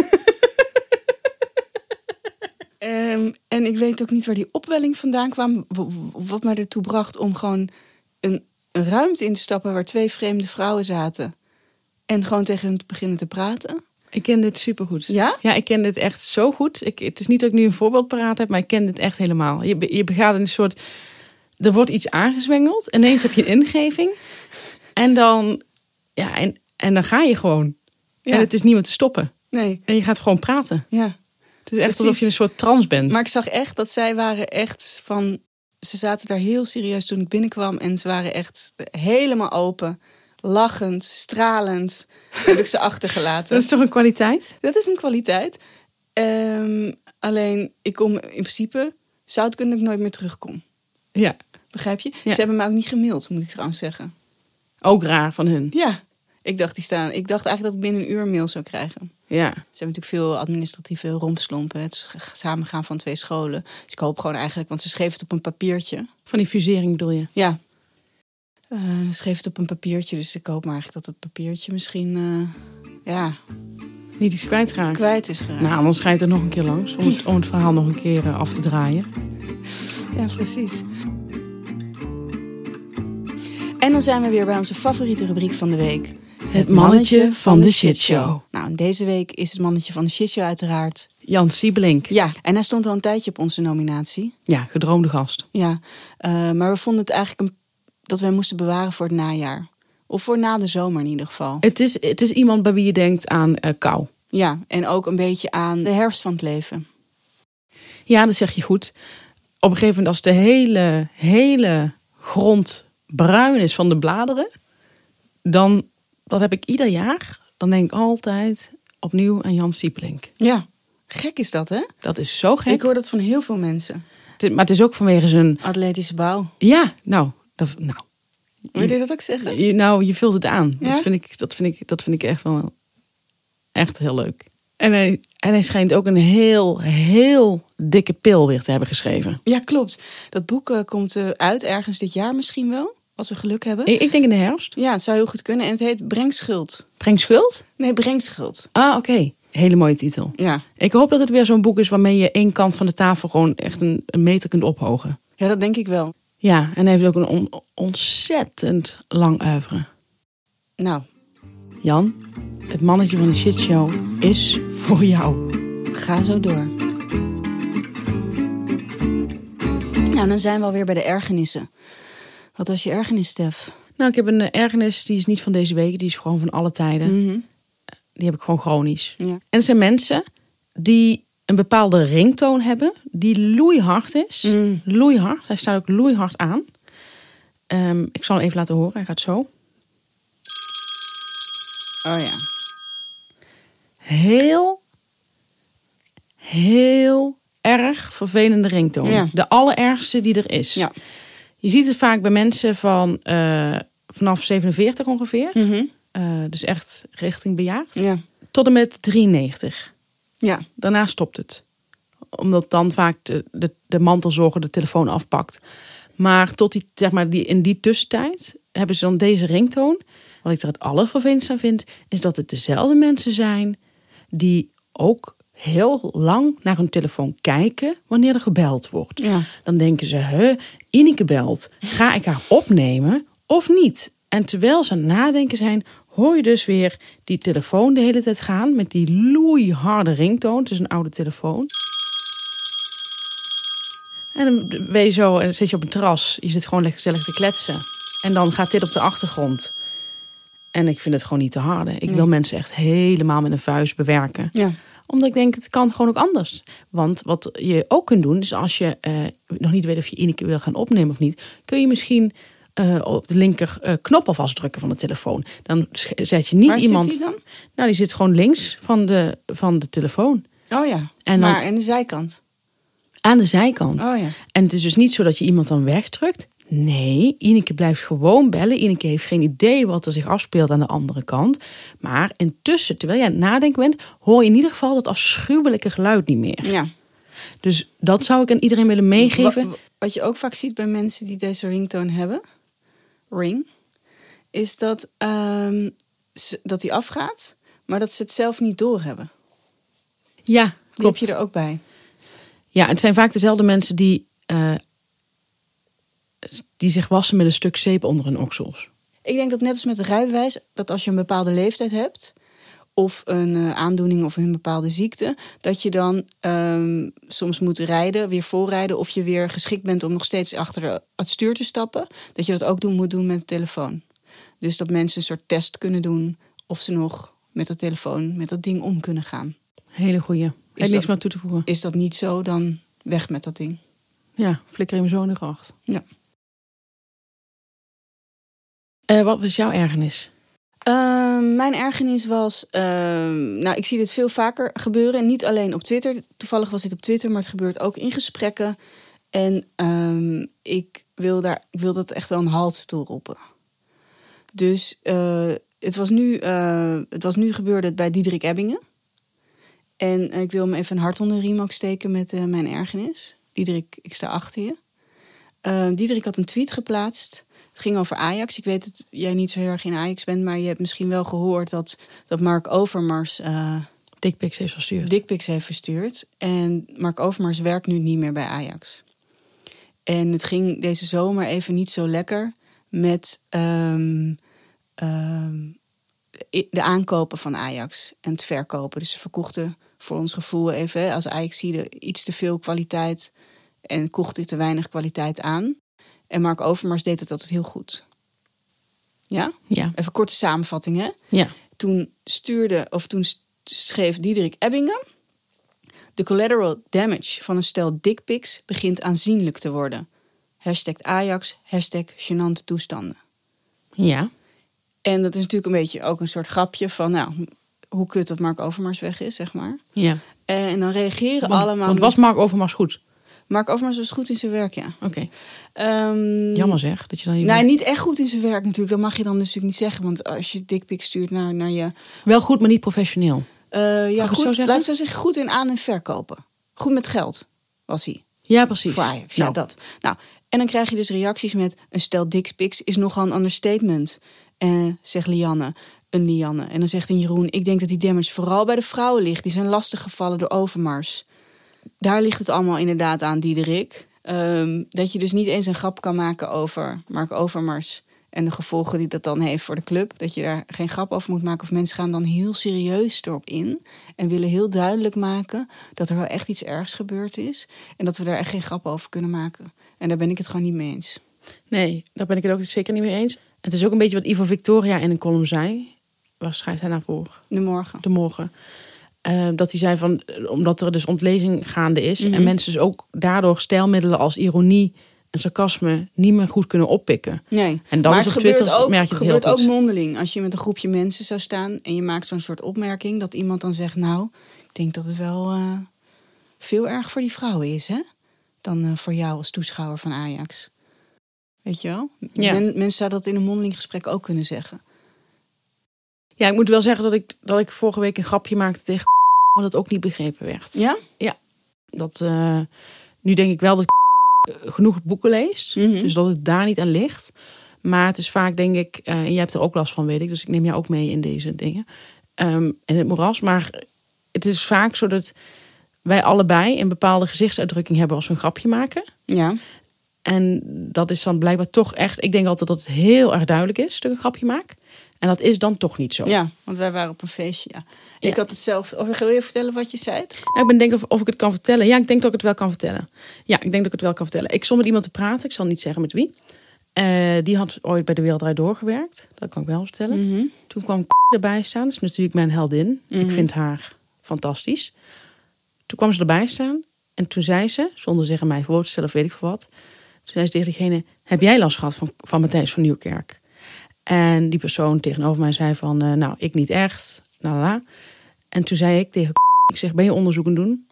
Um, en ik weet ook niet waar die opwelling vandaan kwam. Wat mij ertoe bracht om gewoon een, een ruimte in te stappen waar twee vreemde vrouwen zaten. En gewoon tegen hen te beginnen te praten. Ik ken dit supergoed. Ja? Ja, ik ken dit echt zo goed. Ik, het is niet dat ik nu een voorbeeld paraat heb, maar ik ken dit echt helemaal. Je, je begaat een soort... Er wordt iets aangezwengeld. Ineens heb je een ingeving. En dan... Ja, en, en dan ga je gewoon. Ja. En het is niet meer te stoppen. Nee. En je gaat gewoon praten. Ja. Het is echt Precies. alsof je een soort trance bent. Maar ik zag echt dat zij waren echt van... Ze zaten daar heel serieus toen ik binnenkwam. En ze waren echt helemaal open. Lachend, stralend. Heb ik ze achtergelaten. Dat is toch een kwaliteit? Dat is een kwaliteit. Um, alleen, ik kom in principe... zou het kunnen dat ik nooit meer terugkom. Ja. Begrijp je? Ja. Ze hebben me ook niet gemaild, moet ik trouwens zeggen. Ook raar van hun. Ja. Ik dacht, die staan, ik dacht eigenlijk dat ik binnen een uur een mail zou krijgen. Ja. Ze hebben natuurlijk veel administratieve rompslompen. Het samengaan van twee scholen. Dus ik hoop gewoon eigenlijk, want ze schreef het op een papiertje. Van die fusering bedoel je? Ja. Uh, ze schreef het op een papiertje, dus ik hoop maar eigenlijk dat het papiertje misschien... Uh, ja... Niet iets kwijtraakt. Kwijt is geraakt. Nou, anders ga je er nog een keer langs. Om het, om het verhaal nog een keer uh, af te draaien. Ja, precies. En dan zijn we weer bij onze favoriete rubriek van de week. Het mannetje van de shitshow. Nou, deze week is het mannetje van de shitshow uiteraard Jan Siebelink. Ja, en hij stond al een tijdje op onze nominatie. Ja, gedroomde gast. Ja, uh, maar we vonden het eigenlijk een, dat wij moesten bewaren voor het najaar. Of voor na de zomer in ieder geval. Het is, het is iemand bij wie je denkt aan uh, kou. Ja, en ook een beetje aan de herfst van het leven. Ja, dat zeg je goed. Op een gegeven moment als de hele, hele grond bruin is van de bladeren... dan, dat heb ik ieder jaar, dan denk ik altijd opnieuw aan Jan Siepelink. Ja, gek is dat, hè? Dat is zo gek. Ik hoor dat van heel veel mensen. Maar het is ook vanwege zijn... Atletische bouw. Ja, nou... Dat, nou Wil je dat ook zeggen? Je, nou, je vult het aan. Ja? Dat, vind ik, dat, vind ik, dat vind ik echt wel echt heel leuk. En hij, en hij schijnt ook een heel, heel dikke pil weer te hebben geschreven. Ja, klopt. Dat boek uh, komt uh, uit ergens dit jaar misschien wel. Als we geluk hebben. Ik, ik denk in de herfst. Ja, het zou heel goed kunnen. En het heet Breng Schuld. Breng Schuld? Nee, Breng Schuld. Ah, oké. Okay. Hele mooie titel. Ja. Ik hoop dat het weer zo'n boek is waarmee je één kant van de tafel gewoon echt een, een meter kunt ophogen. Ja, dat denk ik wel. Ja, en hij heeft ook een on, ontzettend lang oeuvre. Nou. Jan, het mannetje van de shitshow is voor jou. Ga zo door. Nou, dan zijn we alweer bij de ergernissen. Wat was je ergernis, Stef? Nou, ik heb een ergernis, die is niet van deze week. Die is gewoon van alle tijden. Mm-hmm. Die heb ik gewoon chronisch. Ja. En het zijn mensen die een bepaalde ringtoon hebben. Die loeihard is. Mm. Loeihard. Hij staat ook loeihard aan. Um, ik zal hem even laten horen. Hij gaat zo. Oh ja. Heel, heel erg vervelende ringtoon. Ja. De allerergste die er is. Ja. Je ziet het vaak bij mensen van uh, vanaf zevenenveertig ongeveer. Mm-hmm. Uh, dus echt richting bejaard. Ja. Tot en met drieënnegentig. Ja. Daarna stopt het. Omdat dan vaak de, de, de mantelzorger de telefoon afpakt. Maar tot die, zeg maar, die, in die tussentijd hebben ze dan deze ringtoon. Wat ik er het allervervelendst aan vind, is dat het dezelfde mensen zijn die ook heel lang naar hun telefoon kijken wanneer er gebeld wordt. Ja. Dan denken ze, hè, Ineke belt. Ga ik haar opnemen of niet? En terwijl ze aan het nadenken zijn, hoor je dus weer die telefoon de hele tijd gaan met die loeiharde ringtoon. Het is een oude telefoon. En dan ben je zo, en dan zit je op een terras. Je zit gewoon lekker gezellig te kletsen. En dan gaat dit op de achtergrond. En ik vind het gewoon niet te harde. Ik Nee. wil mensen echt helemaal met een vuist bewerken. Ja. Omdat ik denk, het kan gewoon ook anders. Want wat je ook kunt doen, is als je uh, nog niet weet of je Ineke wil gaan opnemen of niet, kun je misschien uh, op de linker uh, knop alvast drukken van de telefoon. Dan zet je niet Waar iemand. zit die dan? Nou, die zit gewoon links van de, van de telefoon. Oh ja. En dan- maar aan de zijkant. Aan de zijkant. Oh ja. En het is dus niet zo dat je iemand dan wegdrukt. Nee, Ineke blijft gewoon bellen. Ineke heeft geen idee wat er zich afspeelt aan de andere kant. Maar intussen, terwijl je aan het nadenken bent, hoor je in ieder geval dat afschuwelijke geluid niet meer. Ja. Dus dat zou ik aan iedereen willen meegeven. Wa- Wat je ook vaak ziet bij mensen die deze ringtoon hebben, ring, is dat, um, ze- dat die afgaat, maar dat ze het zelf niet doorhebben. Ja, Die klopt. heb je er ook bij. Ja, het zijn vaak dezelfde mensen die, uh, die zich wassen met een stuk zeep onder hun oksels. Ik denk dat net als met het rijbewijs, dat als je een bepaalde leeftijd hebt, of een uh, aandoening of een bepaalde ziekte, dat je dan um, soms moet rijden, weer voorrijden, of je weer geschikt bent om nog steeds achter de, het stuur te stappen, dat je dat ook doen, moet doen met de telefoon. Dus dat mensen een soort test kunnen doen of ze nog met de telefoon, met dat ding om kunnen gaan. Hele goeie. Heb dat- niks meer toe te voegen. Is dat niet zo, dan weg met dat ding. Ja, flikker hem zo in de gracht. Ja. Uh, wat was jouw ergernis? Uh, mijn ergernis was, uh, nou, ik zie dit veel vaker gebeuren. Niet alleen op Twitter. Toevallig was dit op Twitter, maar het gebeurt ook in gesprekken. En uh, ik, wil daar, ik wil dat echt wel een halt toeroepen. Dus uh, het, was nu, uh, het was nu gebeurde het bij Diederik Ebbingen. En uh, ik wil hem even een hart onder de riem ook steken met uh, mijn ergernis. Diederik, ik sta achter je. Uh, Diederik had een tweet geplaatst. Het ging over Ajax. Ik weet dat jij niet zo heel erg in Ajax bent, maar je hebt misschien wel gehoord dat, dat Mark Overmars uh, Dickpics heeft verstuurd. dickpics heeft verstuurd. En Mark Overmars werkt nu niet meer bij Ajax. En het ging deze zomer even niet zo lekker met um, um, de aankopen van Ajax en het verkopen. Dus ze verkochten voor ons gevoel even, hè, als Ajaxiden, iets te veel kwaliteit en kochten te weinig kwaliteit aan. En Mark Overmars deed het altijd heel goed. Ja? Ja. Even korte samenvatting, hè? Ja. Toen stuurde, of toen schreef Diederik Ebbingen: de collateral damage van een stel dickpics begint aanzienlijk te worden. Hashtag Ajax, hashtag gênante toestanden. Ja. En dat is natuurlijk een beetje ook een soort grapje van, nou, hoe kut dat Mark Overmars weg is, zeg maar. Ja. En dan reageren Want, allemaal... want was Mark Overmars goed? Mark Overmars was goed in zijn werk, ja. Oké. Okay. Um, Jammer zeg, dat je dan... Nou, niet echt goed in zijn werk natuurlijk. Dat mag je dan natuurlijk niet zeggen. Want als je dickpics stuurt naar, naar je... Wel goed, maar niet professioneel. Uh, ja, goed, goed. Laat ik zo zeggen, goed in aan- en verkopen. Goed met geld was hij. Ja, precies. Voor Ajax, ja, dat. Nou, en dan krijg je dus reacties met... een stel dickpics is nogal een understatement. Uh, zegt Lianne, een Lianne. En dan zegt een Jeroen... ik denk dat die damage vooral bij de vrouwen ligt. Die zijn lastig gevallen door Overmars. Daar ligt het allemaal inderdaad aan, Diederik. Um, dat je dus niet eens een grap kan maken over Mark Overmars... en de gevolgen die dat dan heeft voor de club. Dat je daar geen grap over moet maken. Of mensen gaan dan heel serieus erop in. En willen heel duidelijk maken dat er wel echt iets ergs gebeurd is. En dat we daar echt geen grap over kunnen maken. En daar ben ik het gewoon niet mee eens. Nee, daar ben ik het ook zeker niet mee eens. Het is ook een beetje wat Ivo Victoria in een column zei. Waar schrijft hij nou voor? De Morgen. De Morgen. Uh, dat hij zei van, omdat er dus ontlezing gaande is... Mm-hmm. en mensen dus ook daardoor stijlmiddelen als ironie en sarcasme niet meer goed kunnen oppikken. Nee, en dat maar is het op gebeurt Twitter, ook, merk je het gebeurt heel ook goed. mondeling. Als je met een groepje mensen zou staan en je maakt zo'n soort opmerking... dat iemand dan zegt, nou, ik denk dat het wel uh, veel erg voor die vrouwen is, hè? Dan uh, voor jou als toeschouwer van Ajax. Weet je wel? Ja. Men, mensen zouden dat in een mondeling gesprek ook kunnen zeggen. Ja, ik moet wel zeggen dat ik, dat ik vorige week een grapje maakte tegen... maar dat ook niet begrepen werd. Ja? Ja. Dat, uh, nu denk ik wel dat genoeg boeken leest. Mm-hmm. Dus dat het daar niet aan ligt. Maar het is vaak, denk ik... Uh, en jij hebt er ook last van, weet ik. Dus ik neem jou ook mee in deze dingen. Um, in het moeras. Maar het is vaak zo dat wij allebei... een bepaalde gezichtsuitdrukking hebben als we een grapje maken. Ja. En dat is dan blijkbaar toch echt... Ik denk altijd dat het heel erg duidelijk is dat ik een grapje maak. En dat is dan toch niet zo. Ja, want wij waren op een feestje, ja. Ja. Ik had het zelf... Of wil je vertellen wat je zei? Nou, ik ben denk of, of ik het kan vertellen. Ja, ik denk dat ik het wel kan vertellen. Ja, ik denk dat ik het wel kan vertellen. Ik stond met iemand te praten. Ik zal niet zeggen met wie. Uh, die had ooit bij de Wereld Draait Door gewerkt. Dat kan ik wel vertellen. Mm-hmm. Toen kwam erbij staan. Dat is natuurlijk mijn heldin. Mm-hmm. Ik vind haar fantastisch. Toen kwam ze erbij staan. En toen zei ze, zonder zich aan mij voor te stellen of weet ik veel wat. Toen zei ze tegen diegene, heb jij last gehad van, van Matthijs van Nieuwkerk? En die persoon tegenover mij zei van, uh, nou, ik niet echt. Nou, la. En toen zei ik tegen ik zeg, ben je onderzoek aan doen?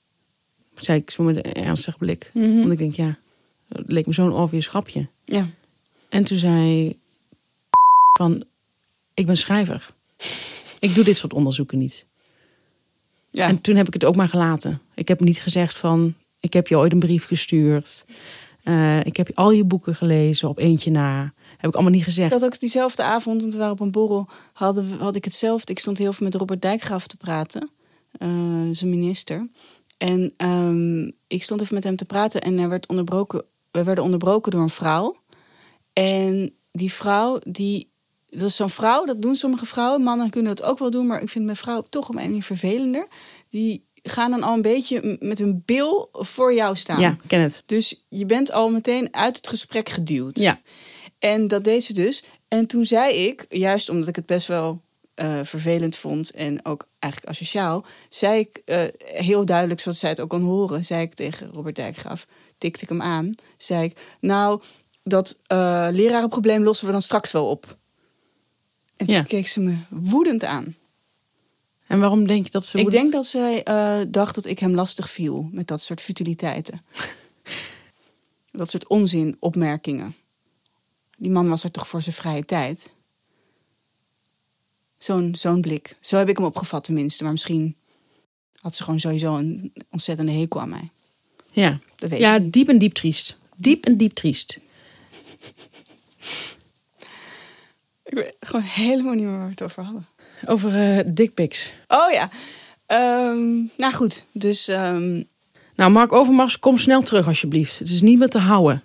Zei ik zo met een ernstige blik. Mm-hmm. Want ik denk, ja, het leek me zo'n obvious grapje. Ja. En toen zei van, ik ben schrijver. Ik doe dit soort onderzoeken niet. Ja. En toen heb ik het ook maar gelaten. Ik heb niet gezegd van, ik heb je ooit een brief gestuurd. Uh, ik heb al je boeken gelezen op eentje na. Heb ik allemaal niet gezegd. Ik had ook diezelfde avond, want we waren op een borrel, hadden, had ik hetzelfde. Ik stond heel veel met Robert Dijkgraaf te praten, uh, zijn minister. En um, ik stond even met hem te praten en er werd onderbroken, we werden onderbroken door een vrouw. En die vrouw, die, dat is zo'n vrouw, dat doen sommige vrouwen. Mannen kunnen het ook wel doen, maar ik vind mijn vrouw toch op een manier vervelender. Die gaan dan al een beetje met hun bil voor jou staan. Ja, ik ken het. Dus je bent al meteen uit het gesprek geduwd. Ja. En dat deed ze dus. En toen zei ik, juist omdat ik het best wel uh, vervelend vond en ook eigenlijk asociaal, zei ik uh, heel duidelijk, zoals zij het ook kon horen, zei ik tegen Robert Dijkgraaf, tikte ik hem aan, zei ik, nou, dat uh, lerarenprobleem lossen we dan straks wel op. En toen ja. keek ze me woedend aan. En waarom denk je dat ze... Ik denk dat zij uh, dacht dat ik hem lastig viel met dat soort futiliteiten. Dat soort onzinopmerkingen. Die man was er toch voor zijn vrije tijd. Zo'n, zo'n blik. Zo heb ik hem opgevat tenminste. Maar misschien had ze gewoon sowieso een ontzettende hekel aan mij. Ja, dat weet ja ik niet. Diep en diep triest. Diep en diep triest. Ik weet gewoon helemaal niet meer waar we het over hadden. Over uh, dickpics. Oh ja. Um, nou goed, dus... Um... Nou, Mark Overmars, kom snel terug alsjeblieft. Het is niet meer te houden.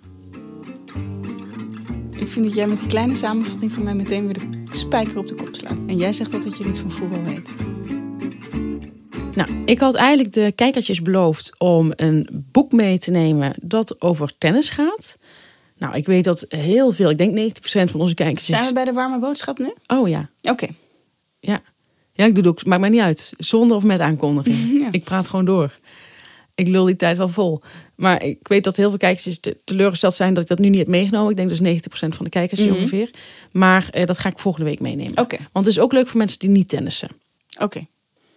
Ik vind dat jij met die kleine samenvatting van mij meteen weer de spijker op de kop slaat. En jij zegt altijd dat je niks van voetbal weet. Nou, ik had eigenlijk de kijkertjes beloofd om een boek mee te nemen dat over tennis gaat. Nou, ik weet dat heel veel, ik denk negentig procent van onze kijkers... Zijn we bij de warme boodschap nu? Oh ja. Oké. Okay. Ja. Ja, ik doe het ook, maakt mij niet uit. Zonder of met aankondiging. Ja. Ik praat gewoon door. Ik lul die tijd wel vol. Maar ik weet dat heel veel kijkers teleurgesteld zijn dat ik dat nu niet heb meegenomen. Ik denk dus negentig procent van de kijkers mm-hmm. ongeveer. Maar eh, dat ga ik volgende week meenemen. Okay. Want het is ook leuk voor mensen die niet tennissen. Oké. Okay.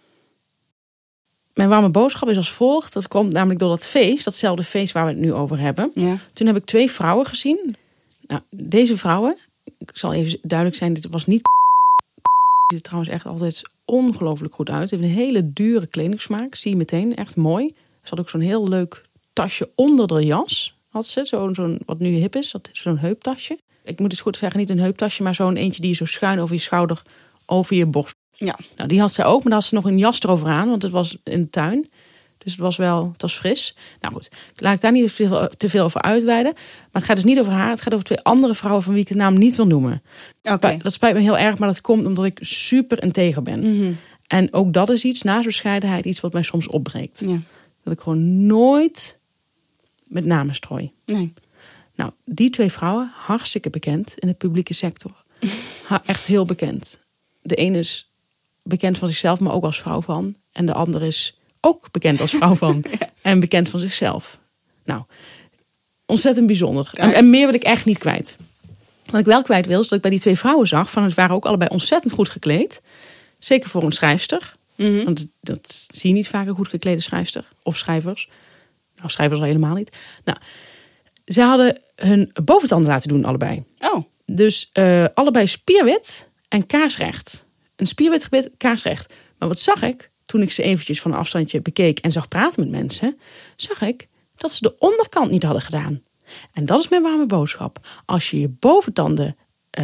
Mijn warme boodschap is als volgt. Dat komt namelijk door dat feest, datzelfde feest waar we het nu over hebben. Ja. Toen heb ik twee vrouwen gezien. Nou, deze vrouwen, ik zal even duidelijk zijn, dit was niet... ziet er trouwens echt altijd ongelooflijk goed uit. Het heeft een hele dure kledingsmaak, zie je meteen, echt mooi. Ze had ook zo'n heel leuk tasje onder de jas. Had ze, zo'n, zo'n wat nu hip is, dat is zo'n heuptasje. Ik moet het goed zeggen, niet een heuptasje, maar zo'n eentje die je zo schuin over je schouder, over je borst. Ja. Nou, die had ze ook, maar daar had ze nog een jas erover aan, want het was in de tuin. Dus het was wel, het was fris. Nou goed, laat ik daar niet te veel, te veel over uitweiden. Maar het gaat dus niet over haar, het gaat over twee andere vrouwen van wie ik de naam niet wil noemen. Okay. Dat spijt me heel erg, maar dat komt omdat ik super integer ben. Mm-hmm. En ook dat is iets, naast bescheidenheid, iets wat mij soms opbreekt. Ja. Dat ik gewoon nooit met namen strooi. Nee. Nou, die twee vrouwen, hartstikke bekend in de publieke sector. Ha, echt heel bekend. De ene is bekend van zichzelf, maar ook als vrouw van. En de andere is ook bekend als vrouw van. Ja. En bekend van zichzelf. Nou, ontzettend bijzonder. En, en meer wil ik echt niet kwijt. Wat ik wel kwijt wil, is dat ik bij die twee vrouwen zag... van het waren ook allebei ontzettend goed gekleed. Zeker voor een schrijfster. Mm-hmm. Want dat zie je niet vaak, een goed geklede schrijfster. Of schrijvers. Nou, schrijvers al helemaal niet. Nou, ze hadden hun boventanden laten doen, allebei. Oh. Dus uh, allebei spierwit en kaarsrecht. Een spierwit gebit, kaarsrecht. Maar wat zag ik, toen ik ze eventjes van een afstandje bekeek... en zag praten met mensen, zag ik dat ze de onderkant niet hadden gedaan. En dat is mijn warme boodschap. Als je je boventanden uh,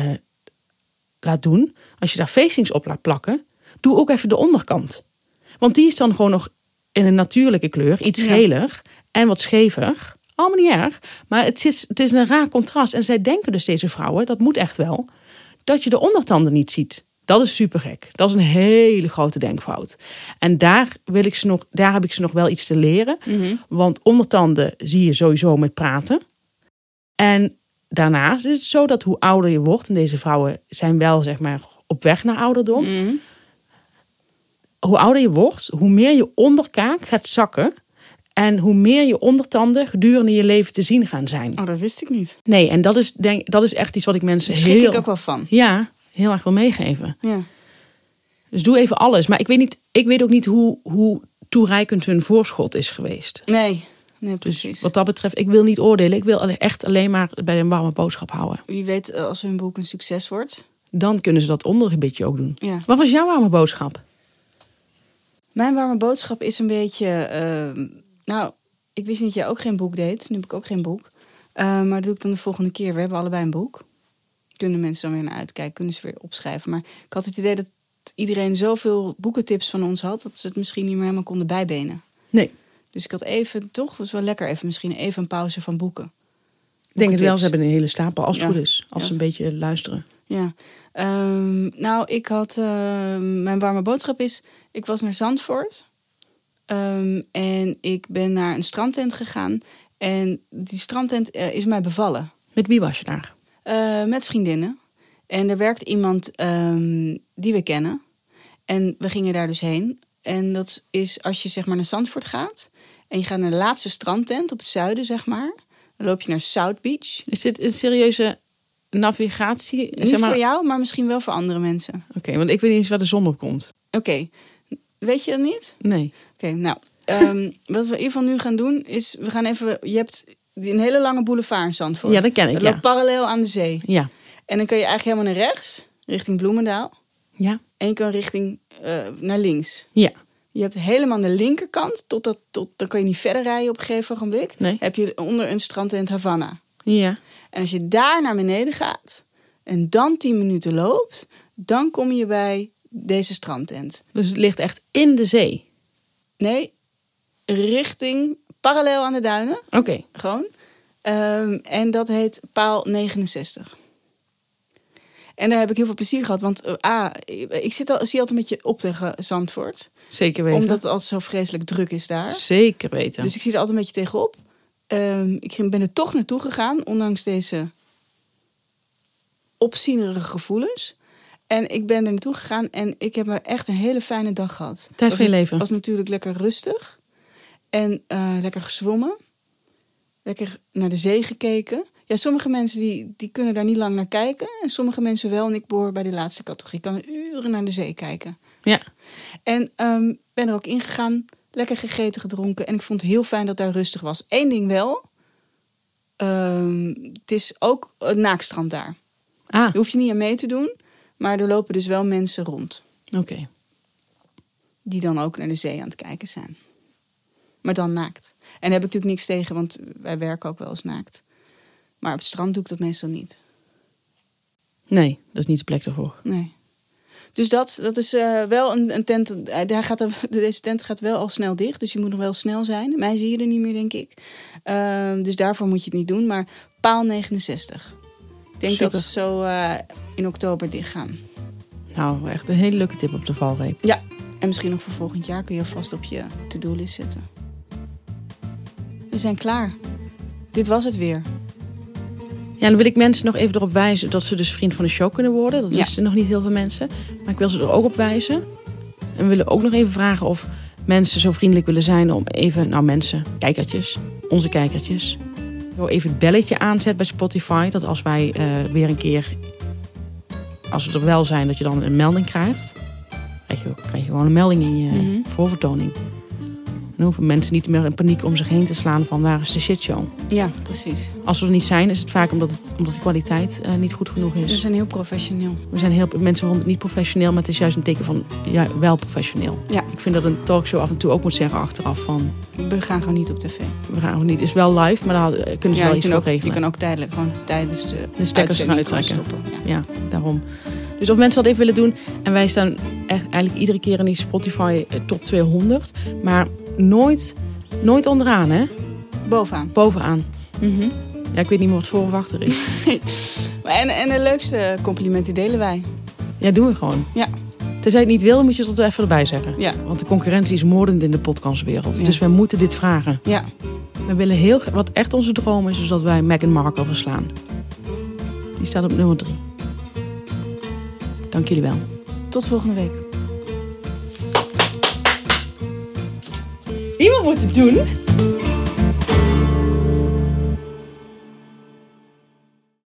laat doen, als je daar facings op laat plakken... doe ook even de onderkant. Want die is dan gewoon nog in een natuurlijke kleur, iets geler ja. en wat schever. Allemaal niet erg, maar het is, het is een raar contrast. En zij denken dus, deze vrouwen, dat moet echt wel... dat je de ondertanden niet ziet. Dat is super gek. Dat is een hele grote denkfout. En daar, wil ik ze nog, daar heb ik ze nog wel iets te leren. Mm-hmm. Want ondertanden zie je sowieso met praten. En daarnaast is het zo dat hoe ouder je wordt... en deze vrouwen zijn wel zeg maar op weg naar ouderdom... Mm-hmm. Hoe ouder je wordt, hoe meer je onderkaak gaat zakken... en hoe meer je ondertanden gedurende je leven te zien gaan zijn. Oh, dat wist ik niet. Nee, en dat is, denk, dat is echt iets wat ik mensen Daar heel... schrik ik ook wel van. Ja, heel erg wil meegeven. Ja. Dus doe even alles. Maar ik weet, niet, ik weet ook niet hoe, hoe toereikend hun voorschot is geweest. Nee, nee precies. Dus wat dat betreft, ik wil niet oordelen. Ik wil echt alleen maar bij een warme boodschap houden. Wie weet, als hun boek een succes wordt... dan kunnen ze dat ondergebitje ook doen. Ja. Wat was jouw warme boodschap? Mijn warme boodschap is een beetje... Uh, nou, ik wist niet dat jij ook geen boek deed. Nu heb ik ook geen boek. Uh, maar dat doe ik dan de volgende keer. We hebben allebei een boek. Kunnen mensen dan weer naar uitkijken. Kunnen ze weer opschrijven. Maar ik had het idee dat iedereen zoveel boekentips van ons had... dat ze het misschien niet meer helemaal konden bijbenen. Nee. Dus ik had even, toch, was wel lekker even misschien even een pauze van boeken. Ik denk het wel, ze hebben een hele stapel, als het ja. goed is. Als ja. ze een beetje luisteren. Ja. Um, nou, ik had... Uh, mijn warme boodschap is... Ik was naar Zandvoort. Um, en ik ben naar een strandtent gegaan. En die strandtent uh, is mij bevallen. Met wie was je daar? Uh, met vriendinnen. En er werkt iemand um, die we kennen. En we gingen daar dus heen. En dat is als je zeg maar naar Zandvoort gaat... en je gaat naar de laatste strandtent op het zuiden, zeg maar... dan loop je naar South Beach. Is dit een serieuze navigatie? Niet zeg maar... voor jou, maar misschien wel voor andere mensen. Oké, okay, want ik weet niet eens waar de zon op komt. Oké, okay. Weet je dat niet? Nee. Oké, okay, nou, um, wat we in ieder geval nu gaan doen is... we gaan even... je hebt een hele lange boulevard in Zandvoort. Ja, dat ken ik, dat ja. loopt parallel aan de zee. Ja. En dan kan je eigenlijk helemaal naar rechts, richting Bloemendaal. Ja. En je kan richting uh, naar links. Ja. Je hebt helemaal de linkerkant, tot dat, tot, dan kan je niet verder rijden op een gegeven ogenblik. Nee. Heb je onder een strandtent Havana. Ja. En als je daar naar beneden gaat en dan tien minuten loopt, dan kom je bij deze strandtent. Dus het ligt echt in de zee? Nee, richting, parallel aan de duinen. Oké. Okay. Gewoon. Um, en dat heet paal negenenzestig. En daar heb ik heel veel plezier gehad. Want uh, ah, ik zit al, zie altijd een beetje op tegen Zandvoort. Zeker weten. Omdat het altijd zo vreselijk druk is daar. Zeker weten. Dus ik zie er altijd een beetje tegenop. Um, ik ben er toch naartoe gegaan, ondanks deze opzienerige gevoelens. En ik ben er naartoe gegaan en ik heb echt een hele fijne dag gehad. Tijd van je leven. Het was natuurlijk lekker rustig. En uh, lekker gezwommen. Lekker naar de zee gekeken. Ja, sommige mensen die, die kunnen daar niet lang naar kijken. En sommige mensen wel. En ik behoor bij de laatste categorie. Ik kan uren naar de zee kijken. Ja. En um, ben er ook ingegaan. Lekker gegeten, gedronken. En ik vond het heel fijn dat daar rustig was. Eén ding wel. Um, het is ook een naakstrand daar. Ah. Daar hoef je niet aan mee te doen. Maar er lopen dus wel mensen rond. Oké. Okay. Die dan ook naar de zee aan het kijken zijn. Maar dan naakt. En daar heb ik natuurlijk niks tegen, want wij werken ook wel eens naakt. Maar op het strand doe ik dat meestal niet. Nee, dat is niet de plek ervoor. Nee. Dus dat, dat is uh, wel een, een tent. Daar gaat er, deze tent gaat wel al snel dicht. Dus je moet nog wel snel zijn. Mij zie je er niet meer, denk ik. Uh, dus daarvoor moet je het niet doen. Maar paal negenenzestig. Ik denk Super. dat ze zo uh, in oktober dicht gaan. Nou, echt een hele leuke tip op de valreep. Ja, en misschien nog voor volgend jaar kun je vast op je to-do-list zetten. We zijn klaar. Dit was het weer. Ja, dan wil ik mensen nog even erop wijzen dat ze dus vriend van de show kunnen worden. Dat ja. wisten nog niet heel veel mensen. Maar ik wil ze er ook op wijzen. En we willen ook nog even vragen of mensen zo vriendelijk willen zijn om even, nou mensen, kijkertjes, onze kijkertjes, even het belletje aanzet bij Spotify. Dat als wij uh, weer een keer, als we er wel zijn, dat je dan een melding krijgt. Krijg je, krijg je gewoon een melding in je mm-hmm. voorvertoning. Dan hoeven mensen niet meer in paniek om zich heen te slaan van waar is de shitshow. Ja, precies. Als we er niet zijn, is het vaak omdat, het, omdat de kwaliteit uh, niet goed genoeg is. We zijn heel professioneel. We zijn heel, mensen vonden het niet professioneel, maar het is juist een teken van ja, wel professioneel. Ja. Ik vind dat een talkshow af en toe ook moet zeggen achteraf van... We gaan gewoon niet op tv. We gaan gewoon niet. Het is wel live, maar daar kunnen ze ja, wel iets voor ook, regelen. Je kan ook tijdelijk gewoon tijdens de, de stekkers eruit trekken. Stoppen. Ja. ja, daarom. Dus of mensen dat even willen doen. En wij staan echt eigenlijk iedere keer in die Spotify top tweehonderd. Maar nooit, nooit onderaan, hè? Bovenaan. Bovenaan. Mm-hmm. Ja, ik weet niet meer wat voor of achter is. en, en de leukste complimenten delen wij. Ja, doen we gewoon. Ja. Tenzij je het niet wil, moet je het er even erbij zeggen. Ja. Want de concurrentie is moordend in de podcastwereld. Ja. Dus wij moeten dit vragen. Ja. We willen heel... Wat echt onze droom is, is dat wij Meghan Markle verslaan. Die staat op nummer drie. Dank jullie wel. Tot volgende week. Iemand moet het doen.